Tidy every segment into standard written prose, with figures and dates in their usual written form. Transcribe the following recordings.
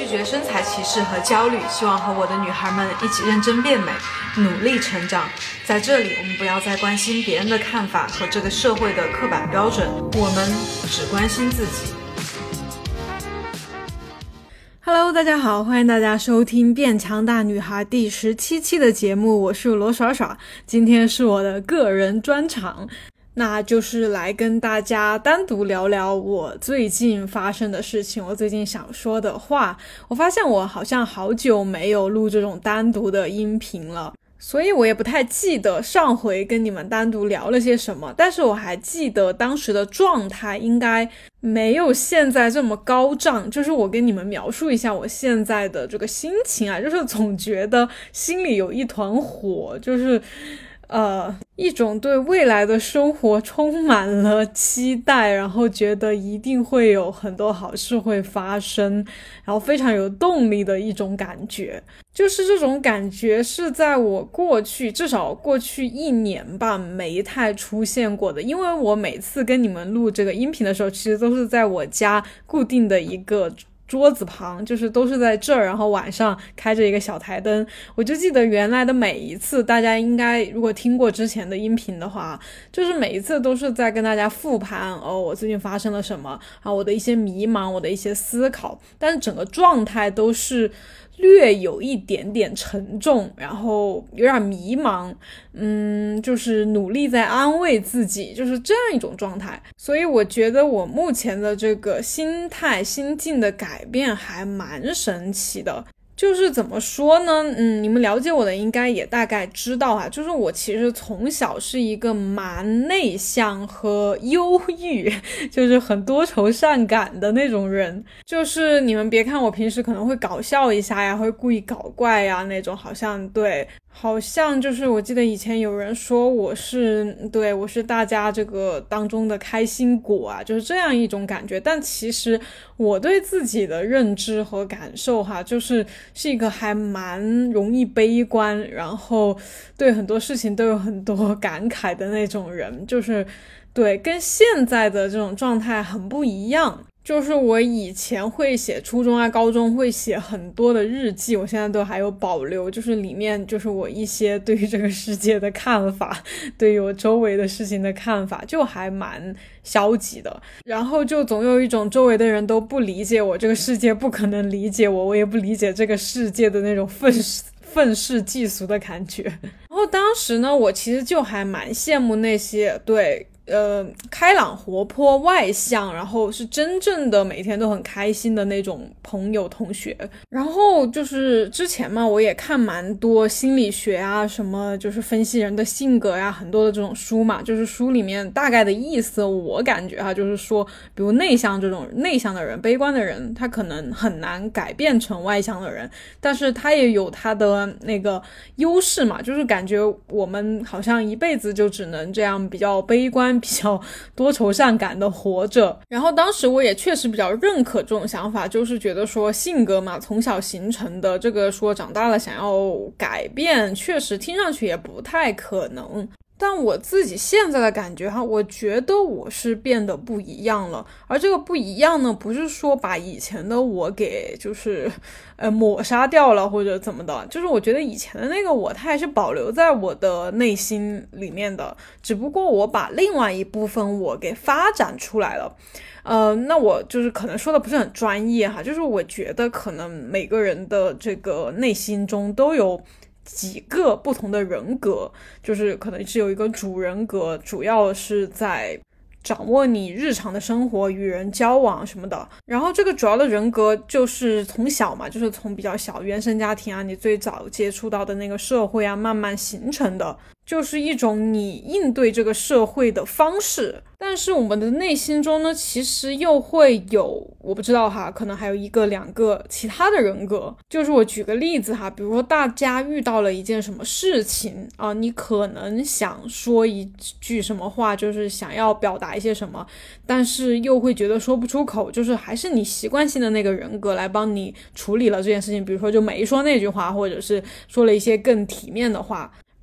拒绝身材歧视和焦虑，希望和我的女孩们一起认真变美，努力成长。在这里，我们不要再关心别人的看法和这个社会的刻板标准，我们只关心自己。Hello， 大家好，欢迎大家收听变强大女孩第17期的节目，我是罗耍耍，今天是我的个人专场。那就是来跟大家单独聊聊我最近发生的事情，我最近想说的话。我发现我好像好久没有录这种单独的音频了，所以我也不太记得上回跟你们单独聊了些什么，但是我还记得当时的状态应该没有现在这么高涨。就是我跟你们描述一下我现在的这个心情啊，就是总觉得心里有一团火，就是一种对未来的生活充满了期待，然后觉得一定会有很多好事会发生，然后非常有动力的一种感觉。就是这种感觉是在我至少过去1年吧没太出现过的，因为我每次跟你们录这个音频的时候，其实都是在我家固定的一个桌子旁，就是都是在这儿，然后晚上开着一个小台灯。我就记得原来的每一次，大家应该如果听过之前的音频的话，就是每一次都是在跟大家复盘我最近发生了什么啊，我的一些迷茫，我的一些思考，但是整个状态都是略有一点点沉重，然后有点迷茫，就是努力在安慰自己，就是这样一种状态。所以我觉得我目前的这个心态心境的改变还蛮神奇的。就是怎么说呢，你们了解我的应该也大概知道啊，就是我其实从小是一个蛮内向和忧郁，就是很多愁善感的那种人。就是你们别看我平时可能会搞笑一下呀，会故意搞怪呀那种，好像就是我记得以前有人说我是大家这个当中的开心果啊，就是这样一种感觉。但其实我对自己的认知和感受就是一个还蛮容易悲观，然后对很多事情都有很多感慨的那种人，就是跟现在的这种状态很不一样。就是我以前会写初中啊高中会写很多的日记，我现在都还有保留，就是里面就是我一些对于这个世界的看法，对于我周围的事情的看法，就还蛮消极的。然后就总有一种周围的人都不理解我，这个世界不可能理解我，我也不理解这个世界的那种愤世嫉俗的感觉。然后当时呢，我其实就还蛮羡慕那些开朗活泼外向，然后是真正的每天都很开心的那种朋友同学。然后就是之前嘛，我也看蛮多心理学啊，什么就是分析人的性格呀，很多的这种书嘛，就是书里面大概的意思我感觉就是说，比如内向的人，悲观的人，他可能很难改变成外向的人，但是他也有他的那个优势嘛，就是感觉我们好像一辈子就只能这样比较悲观比较多愁善感的活着。然后当时我也确实比较认可这种想法，就是觉得说性格嘛，从小形成的，这个说长大了想要改变，确实听上去也不太可能。但我自己现在的感觉我觉得我是变得不一样了。而这个不一样呢，不是说把以前的我给就是抹杀掉了或者怎么的，就是我觉得以前的那个我它还是保留在我的内心里面的，只不过我把另外一部分我给发展出来了。那我就是可能说的不是很专业就是我觉得可能每个人的这个内心中都有几个不同的人格，就是可能是有一个主人格，主要是在掌握你日常的生活，与人交往什么的。然后这个主要的人格就是从小嘛，就是从比较小原生家庭你最早接触到的那个社会慢慢形成的，就是一种你应对这个社会的方式。但是我们的内心中呢，其实又会有，我不知道可能还有1个2个其他的人格。就是我举个例子比如说大家遇到了一件什么事情你可能想说一句什么话，就是想要表达一些什么，但是又会觉得说不出口，就是还是你习惯性的那个人格来帮你处理了这件事情，比如说就没说那句话，或者是说了一些更体面的话。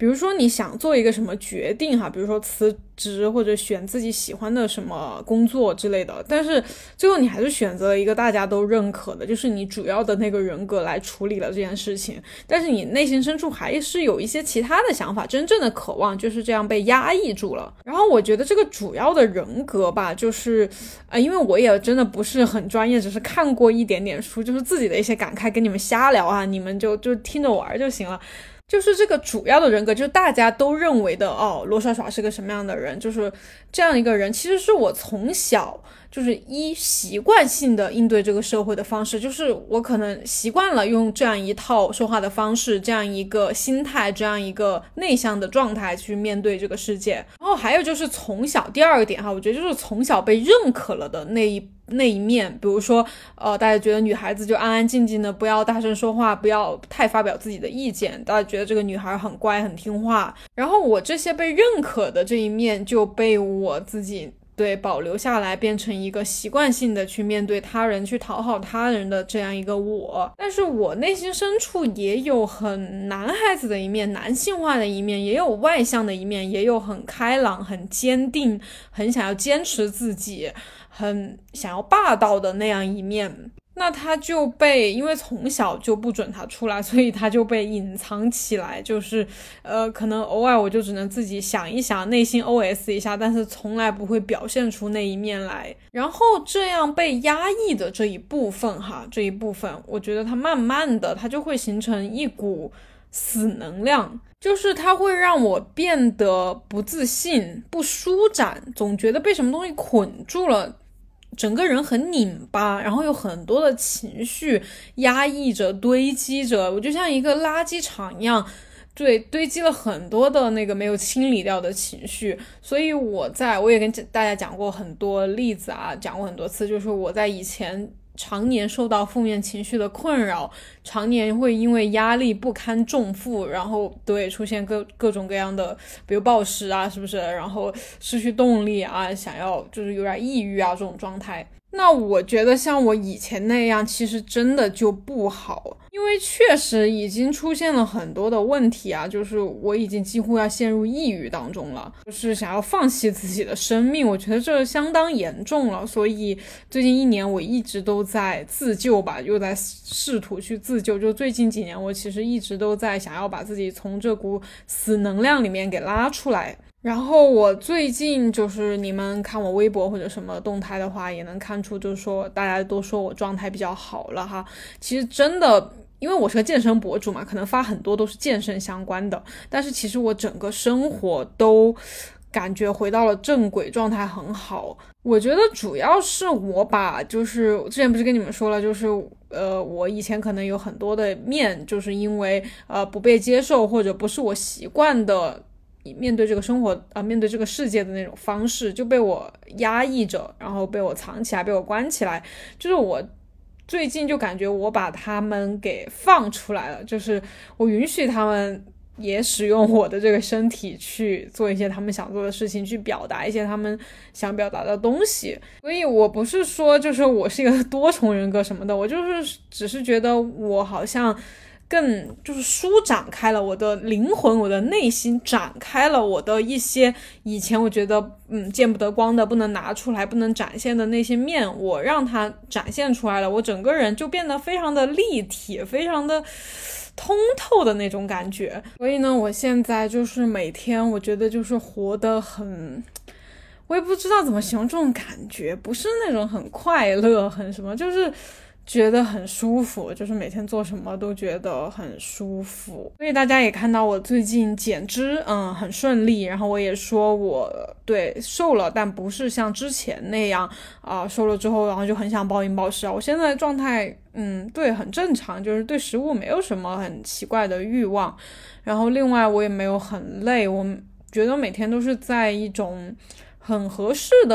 比如说你想做一个什么决定哈，比如说辞职或者选自己喜欢的什么工作之类的，但是最后你还是选择了一个大家都认可的，就是你主要的那个人格来处理了这件事情，但是你内心深处还是有一些其他的想法，真正的渴望就是这样被压抑住了。然后我觉得这个主要的人格吧，就是因为我也真的不是很专业，只是看过一点点书，就是自己的一些感慨跟你们瞎聊啊，你们就听着玩就行了。就是这个主要的人格，就是大家都认为的罗耍耍是个什么样的人，就是这样一个人，其实是我从小就是习惯性的应对这个社会的方式，就是我可能习惯了用这样一套说话的方式，这样一个心态，这样一个内向的状态去面对这个世界。然后还有就是从小第二个点哈，我觉得就是从小被认可了的那一面，比如说大家觉得女孩子就安安静静的，不要大声说话，不要太发表自己的意见，大家觉得这个女孩很乖很听话，然后我这些被认可的这一面就被我自己保留下来，变成一个习惯性的去面对他人，去讨好他人的这样一个我。但是我内心深处也有很男孩子的一面，男性化的一面，也有外向的一面，也有很开朗很坚定，很想要坚持自己，很想要霸道的那样一面。那他就被，因为从小就不准他出来，所以他就被隐藏起来，就是可能偶尔我就只能自己想一想，内心 OS 一下，但是从来不会表现出那一面来。然后这样被压抑的这一部分我觉得它慢慢的它就会形成一股死能量，就是它会让我变得不自信，不舒展，总觉得被什么东西捆住了，整个人很拧巴，然后有很多的情绪压抑着堆积着，我就像一个垃圾场一样，堆积了很多的那个没有清理掉的情绪。所以我也跟大家讲过很多例子啊，讲过很多次，就是我在以前常年受到负面情绪的困扰，常年会因为压力不堪重负，然后出现各种各样的，比如暴食啊，是不是？然后失去动力啊，想要就是有点抑郁啊这种状态。那我觉得像我以前那样其实真的就不好，因为确实已经出现了很多的问题啊，就是我已经几乎要陷入抑郁当中了，就是想要放弃自己的生命，我觉得这相当严重了。所以最近1年我一直都在自救吧，又在试图去自救，就最近几年我其实一直都在想要把自己从这股死能量里面给拉出来。然后我最近就是你们看我微博或者什么动态的话也能看出，就是说大家都说我状态比较好了哈。其实真的因为我是个健身博主嘛，可能发很多都是健身相关的，但是其实我整个生活都感觉回到了正轨，状态很好。我觉得主要是我把就是之前不是跟你们说了，就是我以前可能有很多的面，就是因为不被接受或者不是我习惯的面对这个生活面对这个世界的那种方式，就被我压抑着，然后被我藏起来，被我关起来。就是我最近就感觉我把他们给放出来了，就是我允许他们也使用我的这个身体去做一些他们想做的事情，去表达一些他们想表达的东西。所以我不是说就是我是一个多重人格什么的，我就是只是觉得我好像更就是舒展开了我的灵魂，我的内心展开了我的一些以前我觉得见不得光的，不能拿出来，不能展现的那些面，我让它展现出来了，我整个人就变得非常的立体，非常的通透的那种感觉。所以呢，我现在就是每天我觉得就是活得很，我也不知道怎么形容这种感觉，不是那种很快乐很什么，就是觉得很舒服，就是每天做什么都觉得很舒服。所以大家也看到我最近减脂很顺利，然后我也说我瘦了，但不是像之前那样瘦了之后然后就很想暴饮暴食啊。我现在的状态很正常，就是对食物没有什么很奇怪的欲望，然后另外我也没有很累，我觉得每天都是在一种很合适的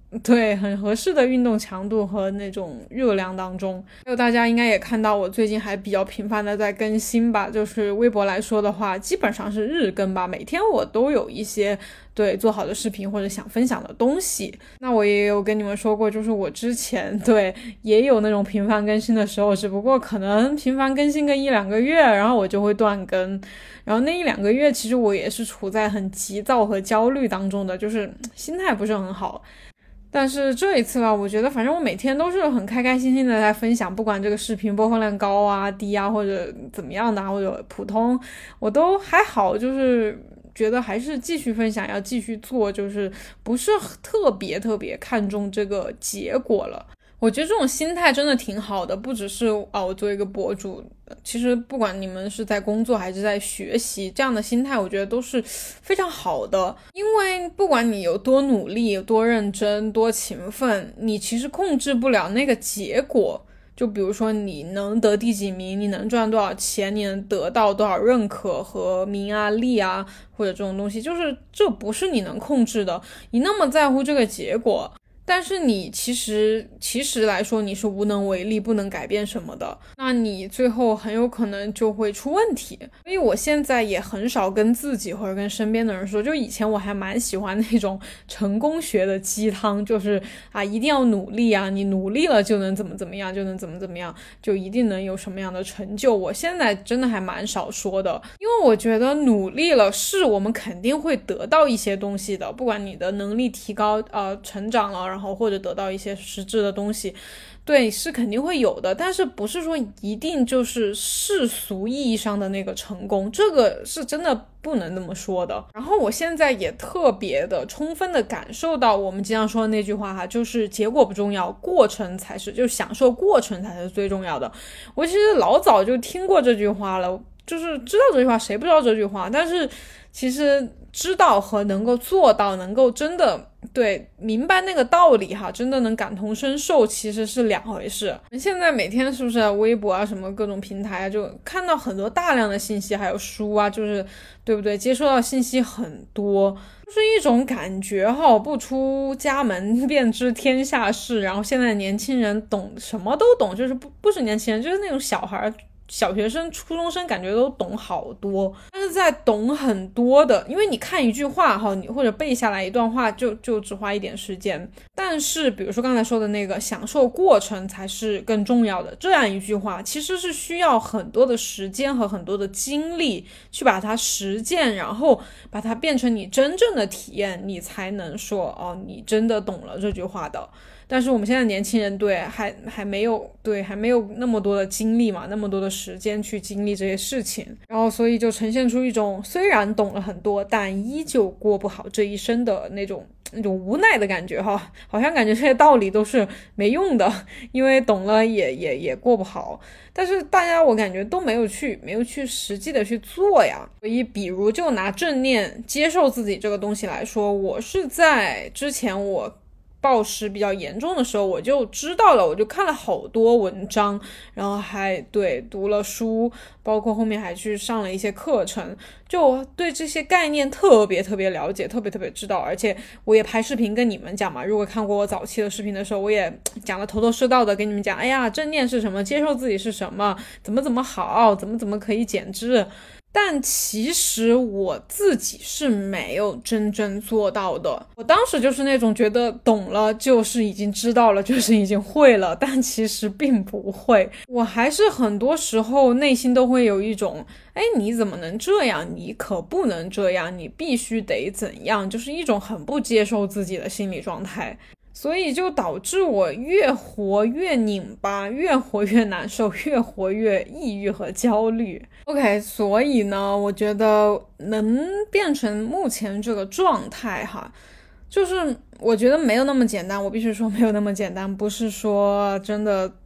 对，很合适的运动强度和那种热量当中。还有大家应该也看到，我最近还比较频繁的在更新吧，就是微博来说的话，基本上是日更吧，每天我都有一些对做好的视频或者想分享的东西。那我也有跟你们说过，就是我之前对也有那种频繁更新的时候，只不过可能频繁更新个1-2个月，然后我就会断更。然后那1-2个月其实我也是处在很急躁和焦虑当中的，就是心态不是很好。但是这一次吧，我觉得反正我每天都是很开开心心的在分享，不管这个视频播放量高啊、低啊，或者怎么样的啊，或者普通，我都还好，就是觉得还是继续分享，要继续做，就是不是特别看重这个结果了。我觉得这种心态真的挺好的，不只是我作为一个博主，其实不管你们是在工作还是在学习，这样的心态我觉得都是非常好的。因为不管你有多努力、有多认真、多勤奋，你其实控制不了那个结果。就比如说你能得第几名，你能赚多少钱，你能得到多少认可和名啊利啊，或者这种东西，就是这不是你能控制的。你那么在乎这个结果，但是你其实来说你是无能为力，不能改变什么的，那你最后很有可能就会出问题。所以我现在也很少跟自己或者跟身边的人说，就以前我还蛮喜欢那种成功学的鸡汤，就是一定要努力啊，你努力了就能怎么样，就能怎么样，就一定能有什么样的成就。我现在真的还蛮少说的，因为我觉得努力了是我们肯定会得到一些东西的，不管你的能力提高成长了，然后或者得到一些实质的东西，对，是肯定会有的，但是不是说一定就是世俗意义上的那个成功，这个是真的不能这么说的。然后我现在也特别的充分的感受到我们经常说的那句话哈，就是结果不重要，过程才是，就享受过程才是最重要的。我其实老早就听过这句话了，就是知道这句话，谁不知道这句话，但是其实知道和能够做到，能够真的对明白那个道理哈，真的能感同身受，其实是两回事。现在每天是不是微博啊什么各种平台啊，就看到很多大量的信息，还有书啊，就是对不对，接收到信息很多，就是一种感觉哈，不出家门便知天下事。然后现在年轻人懂什么都懂，就是不是年轻人，就是那种小学生、初中生，感觉都懂好多。但是在懂很多的，因为你看一句话哈，你或者背下来一段话就只花一点时间。但是比如说刚才说的那个享受过程才是更重要的，这样一句话其实是需要很多的时间和很多的精力去把它实践，然后把它变成你真正的体验，你才能说你真的懂了这句话的。但是我们现在年轻人还没有那么多的精力嘛，那么多的时间去经历这些事情，然后所以就呈现出一种虽然懂了很多，但依旧过不好这一生的那种无奈的感觉哈，好像感觉这些道理都是没用的，因为懂了也过不好。但是大家我感觉都没有去实际的去做呀。所以比如就拿正念接受自己这个东西来说，我是在之前我暴食比较严重的时候我就知道了，我就看了好多文章，然后还读了书，包括后面还去上了一些课程，就对这些概念特别了解，特别知道。而且我也拍视频跟你们讲嘛，如果看过我早期的视频的时候，我也讲了头头是道的跟你们讲，哎呀正念是什么，接受自己是什么，怎么好，怎么可以减脂。但其实我自己是没有真正做到的，我当时就是那种觉得懂了就是已经知道了，就是已经会了，但其实并不会。我还是很多时候内心都会有一种你怎么能这样，你可不能这样，你必须得怎样，就是一种很不接受自己的心理状态。所以就导致我越活越拧巴，越活越难受，越活越抑郁和焦虑。OK， 所以呢，我觉得能变成目前这个状态哈，就是我觉得没有那么简单，我必须说没有那么简单，不是说真的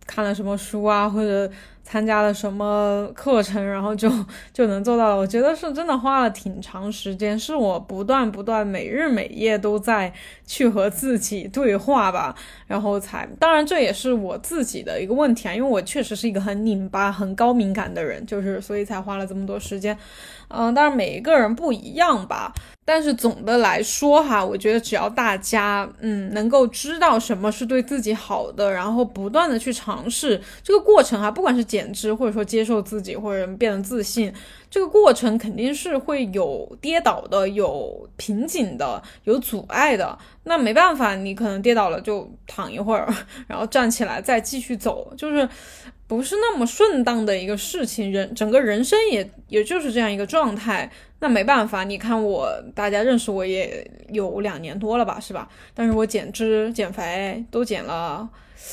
看了什么书啊，或者参加了什么课程，然后就能做到了。我觉得是真的花了挺长时间，是我不断每日每夜都在去和自己对话吧，然后当然这也是我自己的一个问题啊，因为我确实是一个很拧巴很高敏感的人，就是所以才花了这么多时间。当然每一个人不一样吧，但是总的来说哈，我觉得只要大家能够知道什么是对自己好的，然后不断的去尝试这个过程哈，不管是减脂或者说接受自己或者变得自信，这个过程肯定是会有跌倒的，有瓶颈的，有阻碍的。那没办法，你可能跌倒了就躺一会儿，然后站起来再继续走，就是不是那么顺当的一个事情，整个人生也就是这样一个状态。那没办法，你看大家认识我也有2年多了吧，是吧？但是我减脂减肥都减了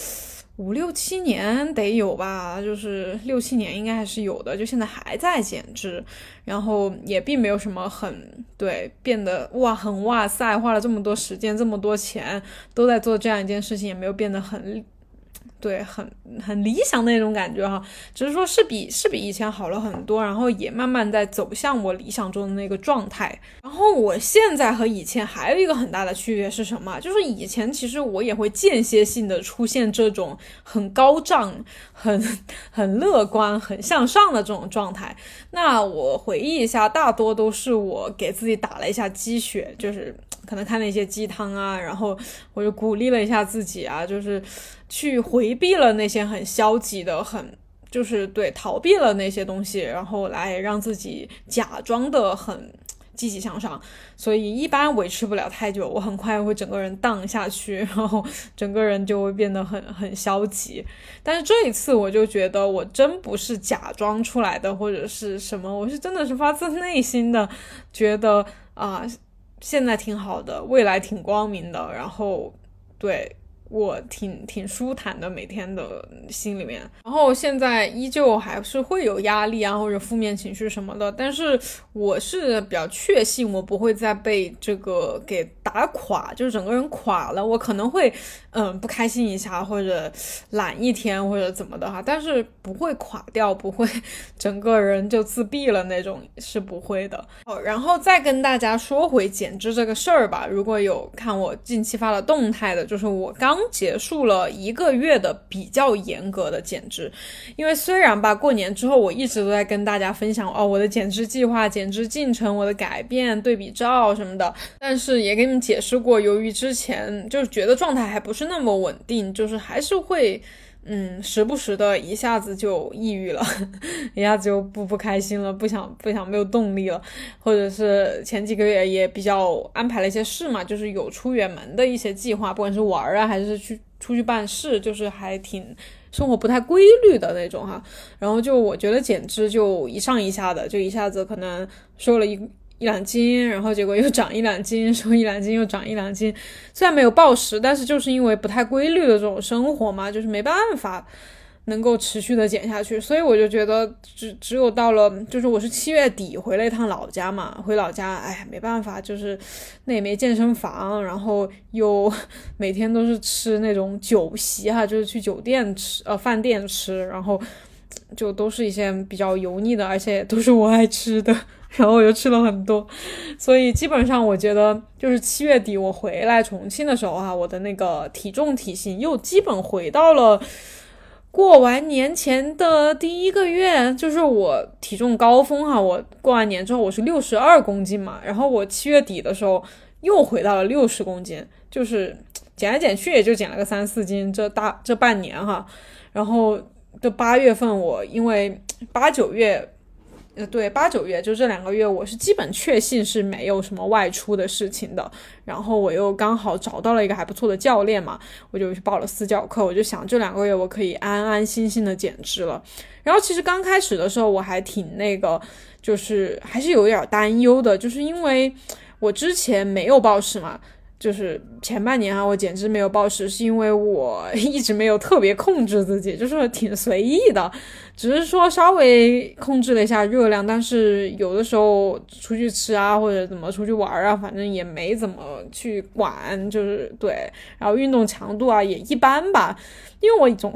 5、6、7年得有吧，就是6、7年应该还是有的，就现在还在减脂，然后也并没有什么变得哇塞，花了这么多时间这么多钱都在做这样一件事情，也没有变得很理想的那种感觉哈，只是说是比以前好了很多，然后也慢慢在走向我理想中的那个状态。然后我现在和以前还有一个很大的区别是什么？就是以前其实我也会间歇性的出现这种很高涨、很乐观、很向上的这种状态。那我回忆一下，大多都是我给自己打了一下鸡血，就是可能看了一些鸡汤啊，然后我就鼓励了一下自己啊，就是去回避了那些很消极的逃避了那些东西，然后来让自己假装的很积极向上。所以一般维持不了太久，我很快会整个人荡下去，然后整个人就会变得很消极。但是这一次我就觉得我真不是假装出来的或者是什么，我是真的是发自内心的觉得现在挺好的，未来挺光明的，然后我挺舒坦的，每天的心里面。然后现在依旧还是会有压力啊，或者负面情绪什么的，但是我是比较确信我不会再被这个给打垮，就是整个人垮了，我可能会不开心一下，或者懒一天或者怎么的哈，但是不会垮掉，不会整个人就自闭了那种，是不会的。然后再跟大家说回减脂这个事儿吧，如果有看我近期发的动态的，就是我刚结束了1个月的比较严格的减脂。因为虽然吧过年之后我一直都在跟大家分享我的减脂计划、减脂进程、我的改变、对比照什么的，但是也给你们解释过，由于之前就是觉得状态还不是那么稳定，就是还是会时不时的一下子就抑郁了，一下子就不开心了，不想没有动力了，或者是前几个月也比较安排了一些事嘛，就是有出远门的一些计划，不管是玩啊还是出去办事，就是还挺生活不太规律的那种哈。然后就我觉得减脂就一上一下的，就一下子可能瘦了一两斤，然后结果又长1、2斤，瘦1、2斤又长1、2斤，虽然没有暴食，但是就是因为不太规律的这种生活嘛，就是没办法能够持续的减下去。所以我就觉得只有到了，就是我是7月底回了一趟老家嘛，回老家没办法，就是那也没健身房，然后又每天都是吃那种酒席哈，就是去酒店吃饭店吃，然后就都是一些比较油腻的，而且都是我爱吃的，然后我又吃了很多，所以基本上我觉得就是7月底我回来重庆的时候我的那个体重体型又基本回到了过完年前的第1个月，就是我体重高峰我过完年之后我是62公斤嘛，然后我7月底的时候又回到了60公斤，就是减来减去也就减了个3、4斤，这半年然后这8月份我因为8、9月就这2个月我是基本确信是没有什么外出的事情的，然后我又刚好找到了一个还不错的教练嘛，我就去报了私教课，我就想这2个月我可以安安心心的减脂了。然后其实刚开始的时候我还挺就是还是有点担忧的，就是因为我之前没有暴食嘛，就是前半年我减脂没有暴食，是因为我一直没有特别控制自己，就是挺随意的，只是说稍微控制了一下热量，但是有的时候出去吃或者怎么出去玩反正也没怎么去管，就是然后运动强度也一般吧，因为我总是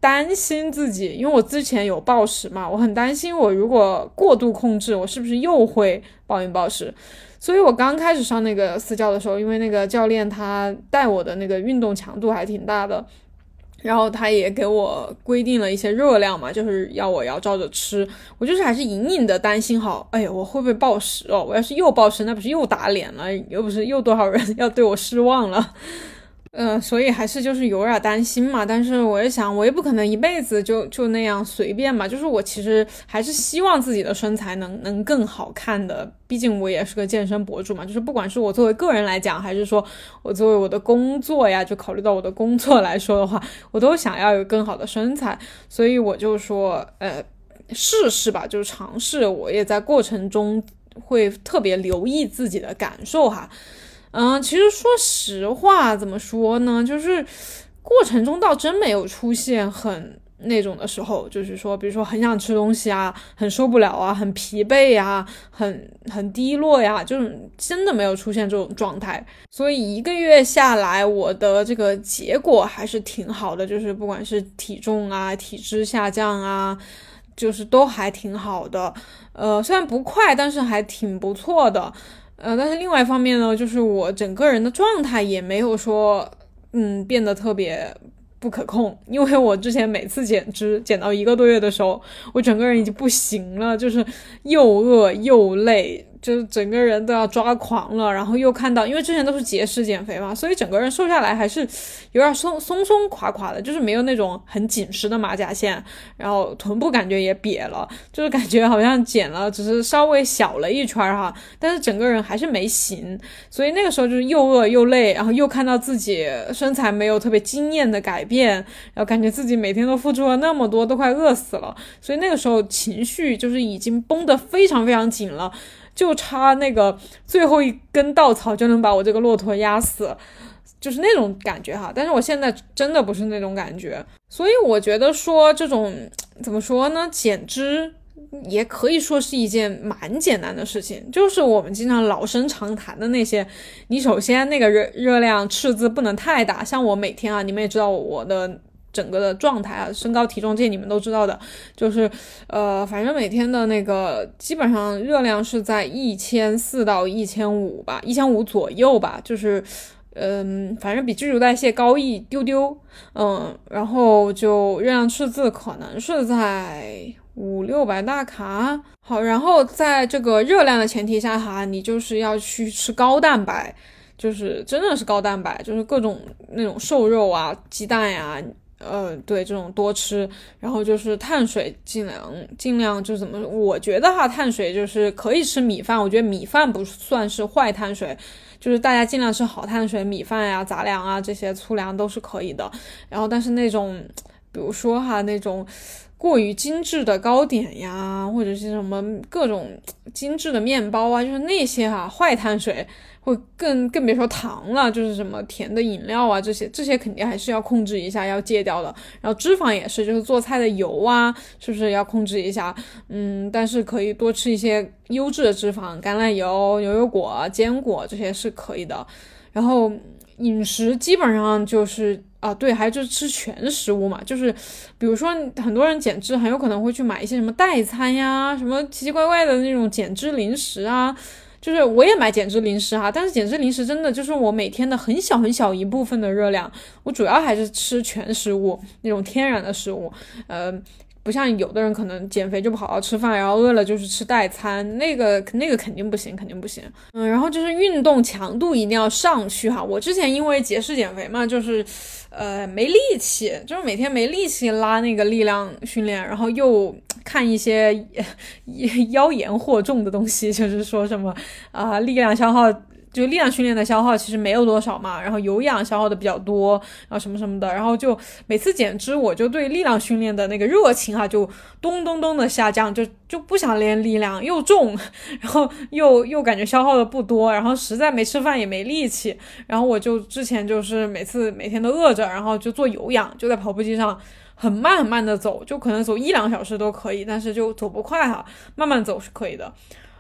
担心自己，因为我之前有暴食嘛，我很担心我如果过度控制，我是不是又会暴饮暴食。所以我刚开始上那个私教的时候，因为那个教练他带我的那个运动强度还挺大的，然后他也给我规定了一些热量嘛，就是要我要照着吃。我就是还是隐隐的担心好，哎，我会不会暴食哦？我要是又暴食，那不是又打脸了，又不是又多少人要对我失望了。所以还是就是有点担心嘛，但是我也想，我也不可能一辈子就那样随便嘛，就是我其实还是希望自己的身材能更好看的，毕竟我也是个健身博主嘛，就是不管是我作为个人来讲，还是说我作为我的工作呀，就考虑到我的工作来说的话，我都想要有更好的身材，所以我就说试试吧，就是尝试，我也在过程中会特别留意自己的感受哈。其实说实话，怎么说呢，就是过程中倒真没有出现很那种的时候，就是说比如说很想吃东西啊，很受不了啊，很疲惫啊，很低落呀，就是真的没有出现这种状态。所以1个月下来，我的这个结果还是挺好的，就是不管是体重啊，体脂下降啊，就是都还挺好的。虽然不快，但是还挺不错的。但是另外一方面呢，就是我整个人的状态也没有说变得特别不可控，因为我之前每次减脂减到1个多月的时候，我整个人已经不行了，就是又饿又累，就是整个人都要抓狂了，然后又看到，因为之前都是节食减肥嘛，所以整个人瘦下来还是有点松垮垮的，就是没有那种很紧实的马甲线，然后臀部感觉也瘪了，就是感觉好像减了只是稍微小了一圈哈，但是整个人还是没行，所以那个时候就是又饿又累，然后又看到自己身材没有特别惊艳的改变，然后感觉自己每天都付出了那么多，都快饿死了，所以那个时候情绪就是已经绷得非常非常紧了，就差那个最后一根稻草就能把我这个骆驼压死，就是那种感觉哈。但是我现在真的不是那种感觉，所以我觉得说这种怎么说呢，减脂也可以说是一件蛮简单的事情，就是我们经常老生常谈的那些，你首先那个热量赤字不能太大，像我每天啊，你们也知道我的整个的状态啊，身高体重这些你们都知道的，就是反正每天的那个基本上热量是在1400到1500吧，1500左右吧，就是反正比基础代谢高一丢丢，然后就热量赤字可能是在500-600大卡。好，然后在这个热量的前提下哈，你就是要去吃高蛋白，就是真的是高蛋白，就是各种那种瘦肉啊，鸡蛋呀，对，这种多吃，然后就是碳水尽量就怎么，我觉得哈，碳水就是可以吃米饭，我觉得米饭不算是坏碳水，就是大家尽量吃好碳水，米饭呀、杂粮啊这些粗粮都是可以的。然后但是那种比如说哈那种过于精致的糕点呀，或者是什么各种精致的面包啊，就是那些哈坏碳水，会更别说糖了，就是什么甜的饮料啊，这些肯定还是要控制一下，要戒掉的。然后脂肪也是，就是做菜的油啊，是不是要控制一下？但是可以多吃一些优质的脂肪，橄榄油、牛油果、坚果这些是可以的。然后饮食基本上就是对，还有就是吃全食物嘛，就是比如说很多人减脂很有可能会去买一些什么代餐呀，什么奇奇怪怪的那种减脂零食啊，就是我也买减脂零食哈，但是减脂零食真的就是我每天的很小很小一部分的热量，我主要还是吃全食物，那种天然的食物，不像有的人可能减肥就不好好吃饭，然后饿了就是吃代餐，那个肯定不行，肯定不行。然后就是运动强度一定要上去哈。我之前因为节食减肥嘛，就是没力气，就是每天没力气拉那个力量训练，然后又看一些妖言惑众的东西，就是说什么力量消耗。就力量训练的消耗其实没有多少嘛，然后有氧消耗的比较多，然后什么什么的，然后就每次减脂我就对力量训练的那个热情就咚咚咚的下降，就不想练力量，又重，然后又感觉消耗的不多，然后实在没吃饭也没力气，然后我就之前就是每天都饿着，然后就做有氧，就在跑步机上很慢很慢的走，就可能走1-2小时都可以，但是就走不快哈，慢慢走是可以的。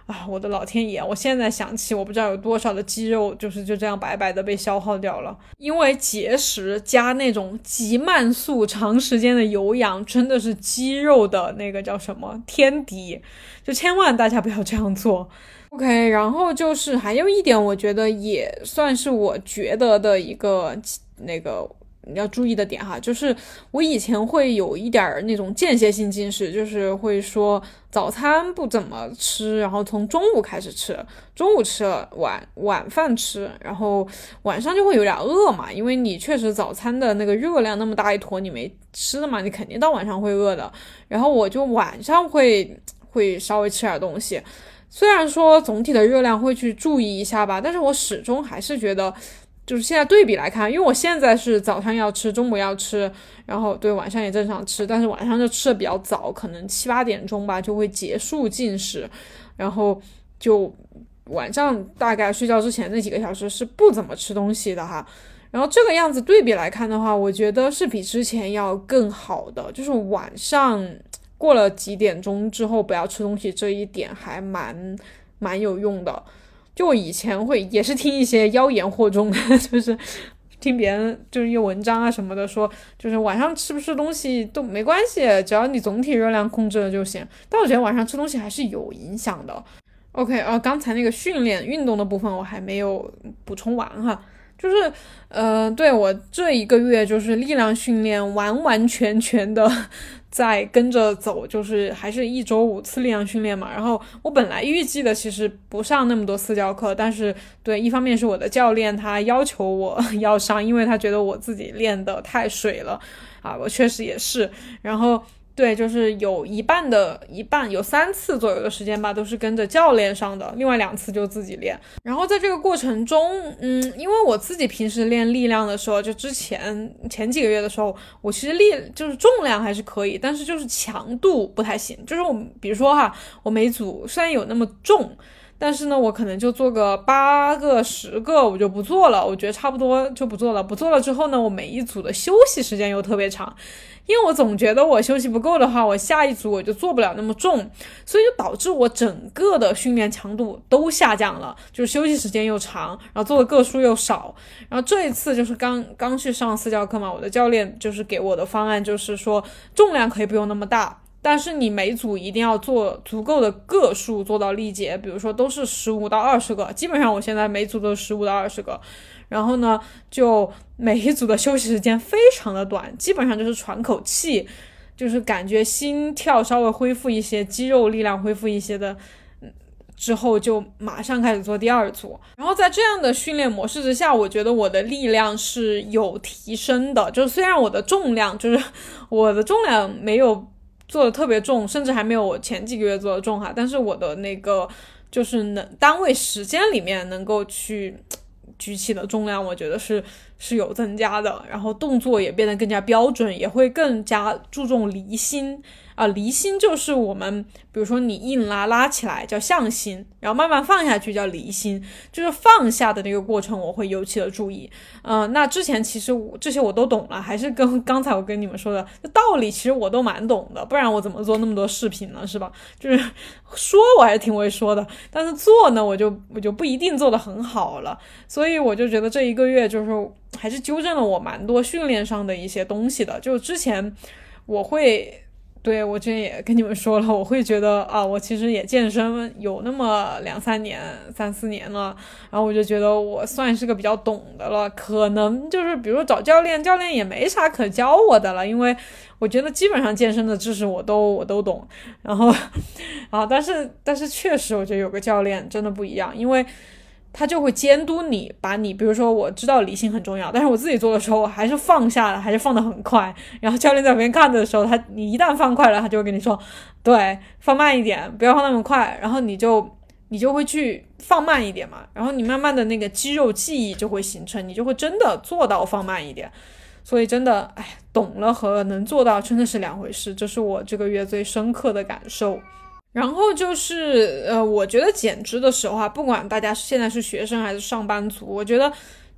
啊，我的老天爷，我现在想起我不知道有多少的肌肉就这样白白的被消耗掉了。因为节食加那种极慢速长时间的有氧真的是肌肉的那个叫什么天敌，就千万大家不要这样做。OK， 然后就是还有一点我觉得也算是我觉得的一个那个你要注意的点哈，就是我以前会有一点那种间歇性进食，就是会说早餐不怎么吃，然后从中午开始吃，中午吃了晚饭吃，然后晚上就会有点饿嘛，因为你确实早餐的那个热量那么大一坨你没吃的嘛，你肯定到晚上会饿的。然后我就晚上会稍微吃点东西，虽然说总体的热量会去注意一下吧，但是我始终还是觉得就是现在对比来看，因为我现在是早上要吃，中午要吃，然后对晚上也正常吃，但是晚上就吃的比较早，可能7、8点钟吧就会结束进食，然后就晚上大概睡觉之前那几个小时是不怎么吃东西的哈。然后这个样子对比来看的话，我觉得是比之前要更好的，就是晚上过了几点钟之后不要吃东西，这一点还蛮有用的。就我以前会也是听一些妖言惑众的，就是听别人就是一些文章啊什么的说，就是晚上吃不吃东西都没关系，只要你总体热量控制了就行。但我觉得晚上吃东西还是有影响的。OK， 刚才那个训练运动的部分我还没有补充完哈。就是对，我这一个月就是力量训练完完全全的在跟着走，就是还是1周5次力量训练嘛。然后我本来预计的其实不上那么多私教课，但是对，一方面是我的教练他要求我要上，因为他觉得我自己练得太水了啊，我确实也是。然后对，就是有一半有3次左右的时间吧都是跟着教练上的，另外2次就自己练。然后在这个过程中因为我自己平时练力量的时候，就前几个月的时候，我其实就是重量还是可以，但是就是强度不太行。就是我比如说哈，我每组虽然有那么重，但是呢我可能就做个8个10个我就不做了，我觉得差不多就不做了。不做了之后呢，我每一组的休息时间又特别长，因为我总觉得我休息不够的话，我下一组我就做不了那么重，所以就导致我整个的训练强度都下降了，就是休息时间又长，然后做的个数又少。然后这一次就是刚去上私教课嘛，我的教练就是给我的方案就是说重量可以不用那么大，但是你每组一定要做足够的个数做到力竭，比如说都是15到20个，基本上我现在每组都是15到20个。然后呢就每一组的休息时间非常的短，基本上就是喘口气，就是感觉心跳稍微恢复一些，肌肉力量恢复一些的之后就马上开始做第2组。然后在这样的训练模式之下，我觉得我的力量是有提升的，就是虽然我的重量没有做的特别重，甚至还没有我前几个月做的重哈，但是我的那个就是单位时间里面能够去举起的重量，我觉得是有增加的，然后动作也变得更加标准，也会更加注重离心离心就是我们比如说你硬拉起来叫向心，然后慢慢放下去叫离心，就是放下的那个过程我会尤其的注意。那之前其实这些我都懂了，还是跟刚才我跟你们说的道理其实我都蛮懂的，不然我怎么做那么多视频呢，是吧？就是说我还是挺会说的，但是做呢我就不一定做得很好了。所以我就觉得这一个月就是还是纠正了我蛮多训练上的一些东西的。就之前我之前也跟你们说了，我会觉得我其实也健身有那么2-3年3、4年了，然后我就觉得我算是个比较懂的了，可能就是比如说找教练也没啥可教我的了，因为我觉得基本上健身的知识我都懂。然后但是确实我觉得有个教练真的不一样，因为他就会监督你，把你比如说我知道离心很重要，但是我自己做的时候还是放下了，还是放得很快，然后教练在旁边看的时候，你一旦放快了，他就会跟你说对，放慢一点，不要放那么快，然后你就会去放慢一点嘛，然后你慢慢的那个肌肉记忆就会形成，你就会真的做到放慢一点。所以真的懂了和能做到真的是2回事，这是我这个月最深刻的感受。然后就是我觉得减脂的时候不管大家现在是学生还是上班族，我觉得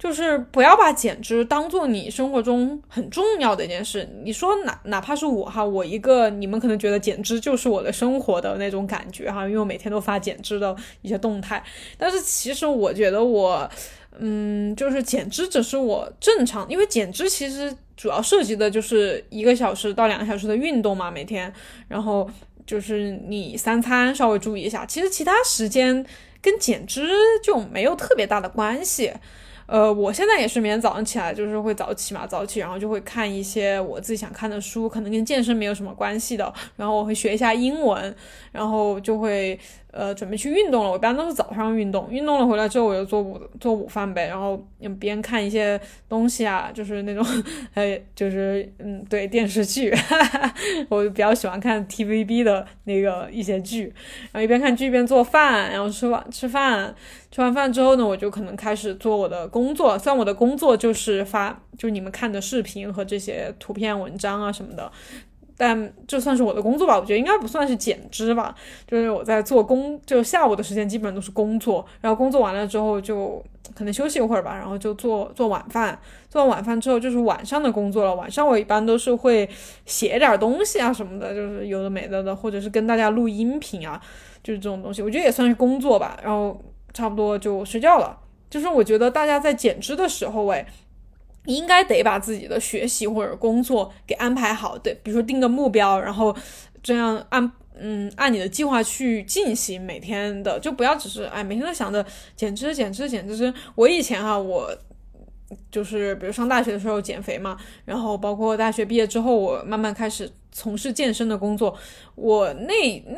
就是不要把减脂当做你生活中很重要的一件事。你说哪怕是我哈，我一个你们可能觉得减脂就是我的生活的那种感觉哈，因为我每天都发减脂的一些动态，但是其实我觉得我就是减脂只是我正常，因为减脂其实主要涉及的就是1个小时到2个小时的运动嘛，每天，然后就是你3餐稍微注意一下，其实其他时间跟减脂就没有特别大的关系。我现在也是每天早上起来就是会早起，然后就会看一些我自己想看的书，可能跟健身没有什么关系的，然后我会学一下英文，然后就会准备去运动了。我一般都是早上运动了回来之后我就做午饭呗，然后边看一些东西啊，就是那种就是对，电视剧我比较喜欢看 TVB 的那个一些剧，然后一边看剧一边做饭，然后吃饭，吃完饭之后呢，我就可能开始做我的工作。虽然我的工作就是就是你们看的视频和这些图片文章啊什么的，但这算是我的工作吧，我觉得应该不算是减脂吧。就是我在就下午的时间基本上都是工作，然后工作完了之后就可能休息一会儿吧，然后就做晚饭。做完晚饭之后就是晚上的工作了。晚上我一般都是会写点东西啊什么的，就是有的没的，或者是跟大家录音频啊，就是这种东西，我觉得也算是工作吧。然后差不多就睡觉了。就是我觉得大家在减脂的时候应该得把自己的学习或者工作给安排好，对，比如说定个目标，然后这样按你的计划去进行每天的，就不要只是每天都想着减脂。我以前我就是比如上大学的时候减肥嘛，然后包括大学毕业之后我慢慢开始从事健身的工作，我那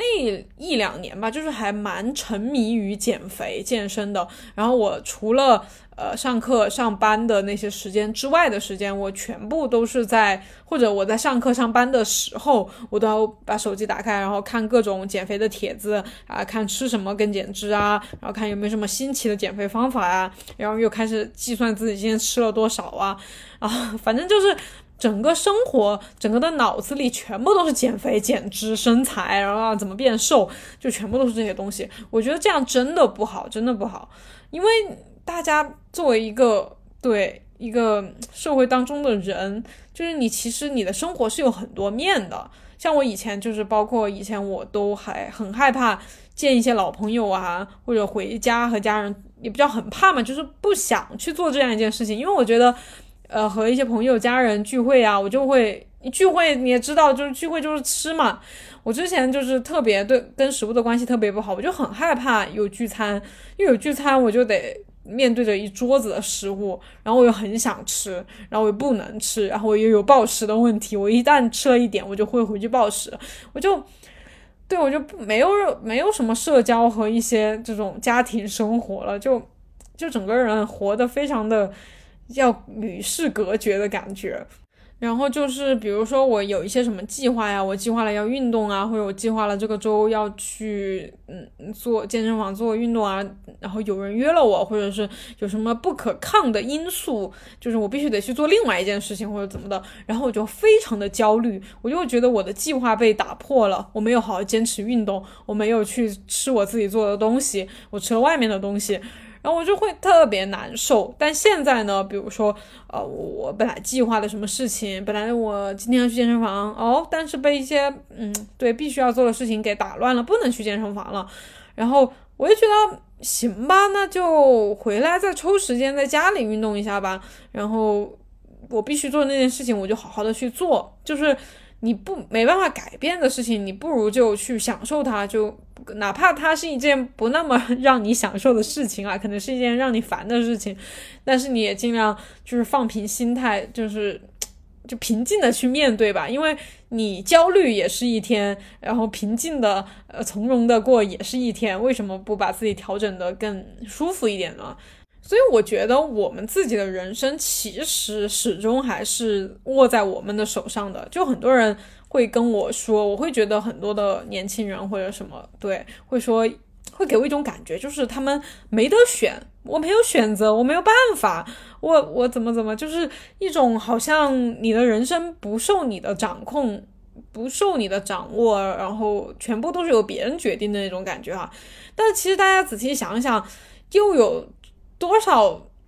1-2年吧，就是还蛮沉迷于减肥健身的。然后我除了上课上班的那些时间之外的时间，我全部都是或者我在上课上班的时候，我都要把手机打开，然后看各种减肥的帖子啊，看吃什么跟减脂啊，然后看有没有什么新奇的减肥方法啊，然后又开始计算自己今天吃了多少啊，反正就是整个生活整个的脑子里全部都是减肥减脂身材，然后怎么变瘦，就全部都是这些东西。我觉得这样真的不好，因为大家作为一个社会当中的人，就是其实你的生活是有很多面的。像我以前就是包括以前我都还很害怕见一些老朋友啊，或者回家和家人，也比较很怕嘛，就是不想去做这样一件事情。因为我觉得和一些朋友家人聚会啊，我就会聚会你也知道，就是聚会就是吃嘛。我之前就是特别跟食物的关系特别不好，我就很害怕有聚餐，因为有聚餐我就得面对着一桌子的食物，然后我又很想吃，然后我又不能吃，然后我又有暴食的问题，我一旦吃了一点我就会回去暴食，我就没有什么社交和一些这种家庭生活了，就整个人活得非常的要与世隔绝的感觉。然后就是比如说我有一些什么计划呀，我计划了要运动啊，或者我计划了这个周要去做健身房做运动啊，然后有人约了我，或者是有什么不可抗的因素，就是我必须得去做另外一件事情或者怎么的，然后我就非常的焦虑，我就觉得我的计划被打破了，我没有好好坚持运动，我没有去吃我自己做的东西，我吃了外面的东西，然后我就会特别难受。但现在呢，比如说我本来计划的什么事情，本来我今天要去健身房但是被一些必须要做的事情给打乱了，不能去健身房了，然后我就觉得行吧，那就回来再抽时间在家里运动一下吧，然后我必须做的那件事情我就好好的去做，就是你没办法改变的事情，你不如就去享受它，就哪怕它是一件不那么让你享受的事情啊，可能是一件让你烦的事情，但是你也尽量就是放平心态，就平静的去面对吧，因为你焦虑也是一天，然后平静的从容的过也是一天，为什么不把自己调整的更舒服一点呢？所以我觉得我们自己的人生其实始终还是握在我们的手上的。就很多人会跟我说，我会觉得很多的年轻人或者什么会给我一种感觉，就是他们没得选，我没有选择，我没有办法，我怎么就是一种好像你的人生不受你的掌控，不受你的掌握，然后全部都是由别人决定的那种感觉哈。但是其实大家仔细想想，又有多少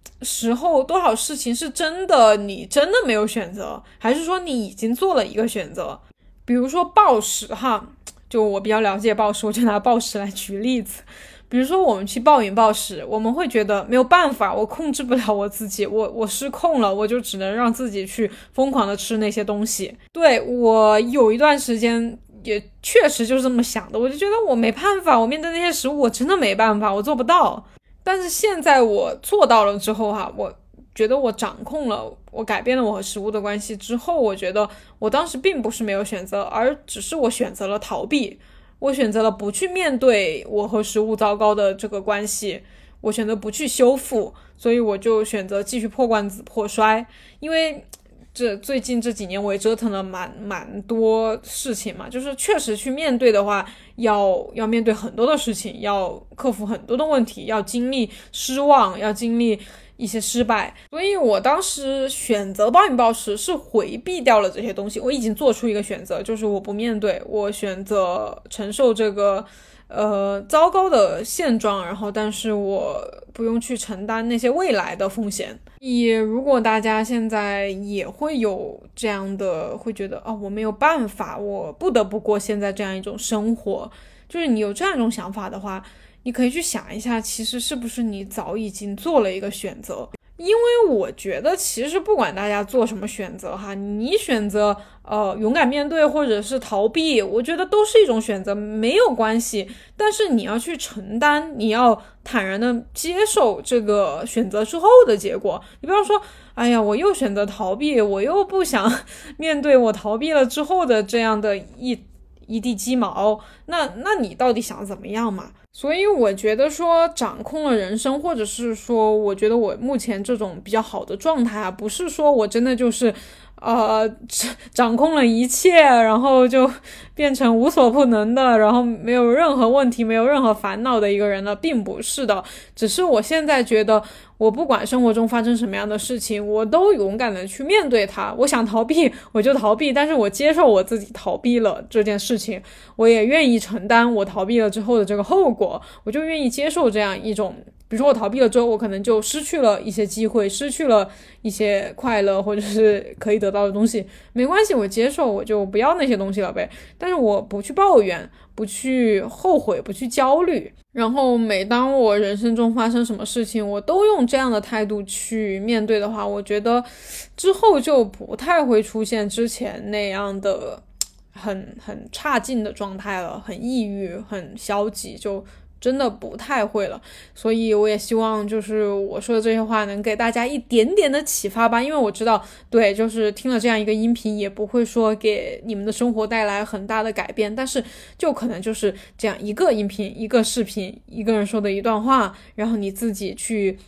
时候多少事情是你真的没有选择，还是说你已经做了一个选择。比如说暴食哈，就我比较了解暴食，我就拿暴食来举例子。比如说我们去暴饮暴食，我们会觉得没有办法，我控制不了我自己，我失控了，我就只能让自己去疯狂的吃那些东西。对，我有一段时间也确实就是这么想的，我就觉得我没办法，我面对那些食物我真的没办法，我做不到。但是现在我做到了之后哈，我觉得我掌控了，我改变了我和食物的关系之后，我觉得我当时并不是没有选择，而只是我选择了逃避，我选择了不去面对我和食物糟糕的这个关系，我选择不去修复，所以我就选择继续破罐子破摔。因为最近这几年我也折腾了蛮多事情嘛，就是确实去面对的话，要面对很多的事情，要克服很多的问题，要经历失望，要经历一些失败。所以我当时选择暴饮暴食是回避掉了这些东西，我已经做出一个选择，就是我不面对，我选择承受这个糟糕的现状，然后但是我不用去承担那些未来的风险。如果大家现在也会有这样的，会觉得我没有办法，我不得不过现在这样一种生活，就是你有这样一种想法的话，你可以去想一下，其实是不是你早已经做了一个选择。因为我觉得其实不管大家做什么选择哈，你选择勇敢面对或者是逃避，我觉得都是一种选择，没有关系。但是你要去承担，你要坦然的接受这个选择之后的结果。你不要说哎呀我又选择逃避，我又不想面对我逃避了之后的这样的一地鸡毛，那你到底想怎么样嘛？所以我觉得说掌控了人生，或者是说我觉得我目前这种比较好的状态啊，不是说我真的就是掌控了一切，然后就变成无所不能的，然后没有任何问题，没有任何烦恼的一个人了，并不是的。只是我现在觉得我不管生活中发生什么样的事情，我都勇敢的去面对它。我想逃避我就逃避，但是我接受我自己逃避了这件事情，我也愿意承担我逃避了之后的这个后果，我就愿意接受这样一种，比如说我逃避了之后，我可能就失去了一些机会，失去了一些快乐或者是可以得到的东西，没关系，我接受，我就不要那些东西了呗。但是我不去抱怨，不去后悔，不去焦虑，然后每当我人生中发生什么事情，我都用这样的态度去面对的话，我觉得之后就不太会出现之前那样的很差劲的状态了，很抑郁，很消极，就真的不太会了。所以我也希望就是我说的这些话能给大家一点点的启发吧，因为我知道对，就是听了这样一个音频也不会说给你们的生活带来很大的改变，但是就可能就是这样一个音频，一个视频，一个人说的一段话，然后你自己去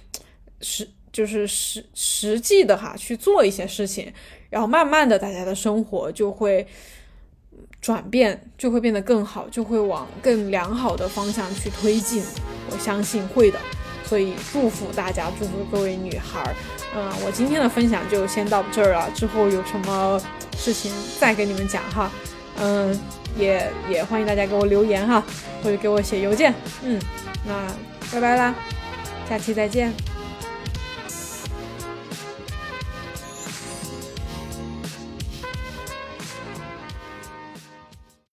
实际的去做一些事情，然后慢慢的大家的生活就会转变，就会变得更好，就会往更良好的方向去推进，我相信会的。所以祝福大家，祝福各位女孩。我今天的分享就先到这儿了，之后有什么事情再给你们讲哈。也欢迎大家给我留言哈，或者给我写邮件。那拜拜啦，下期再见。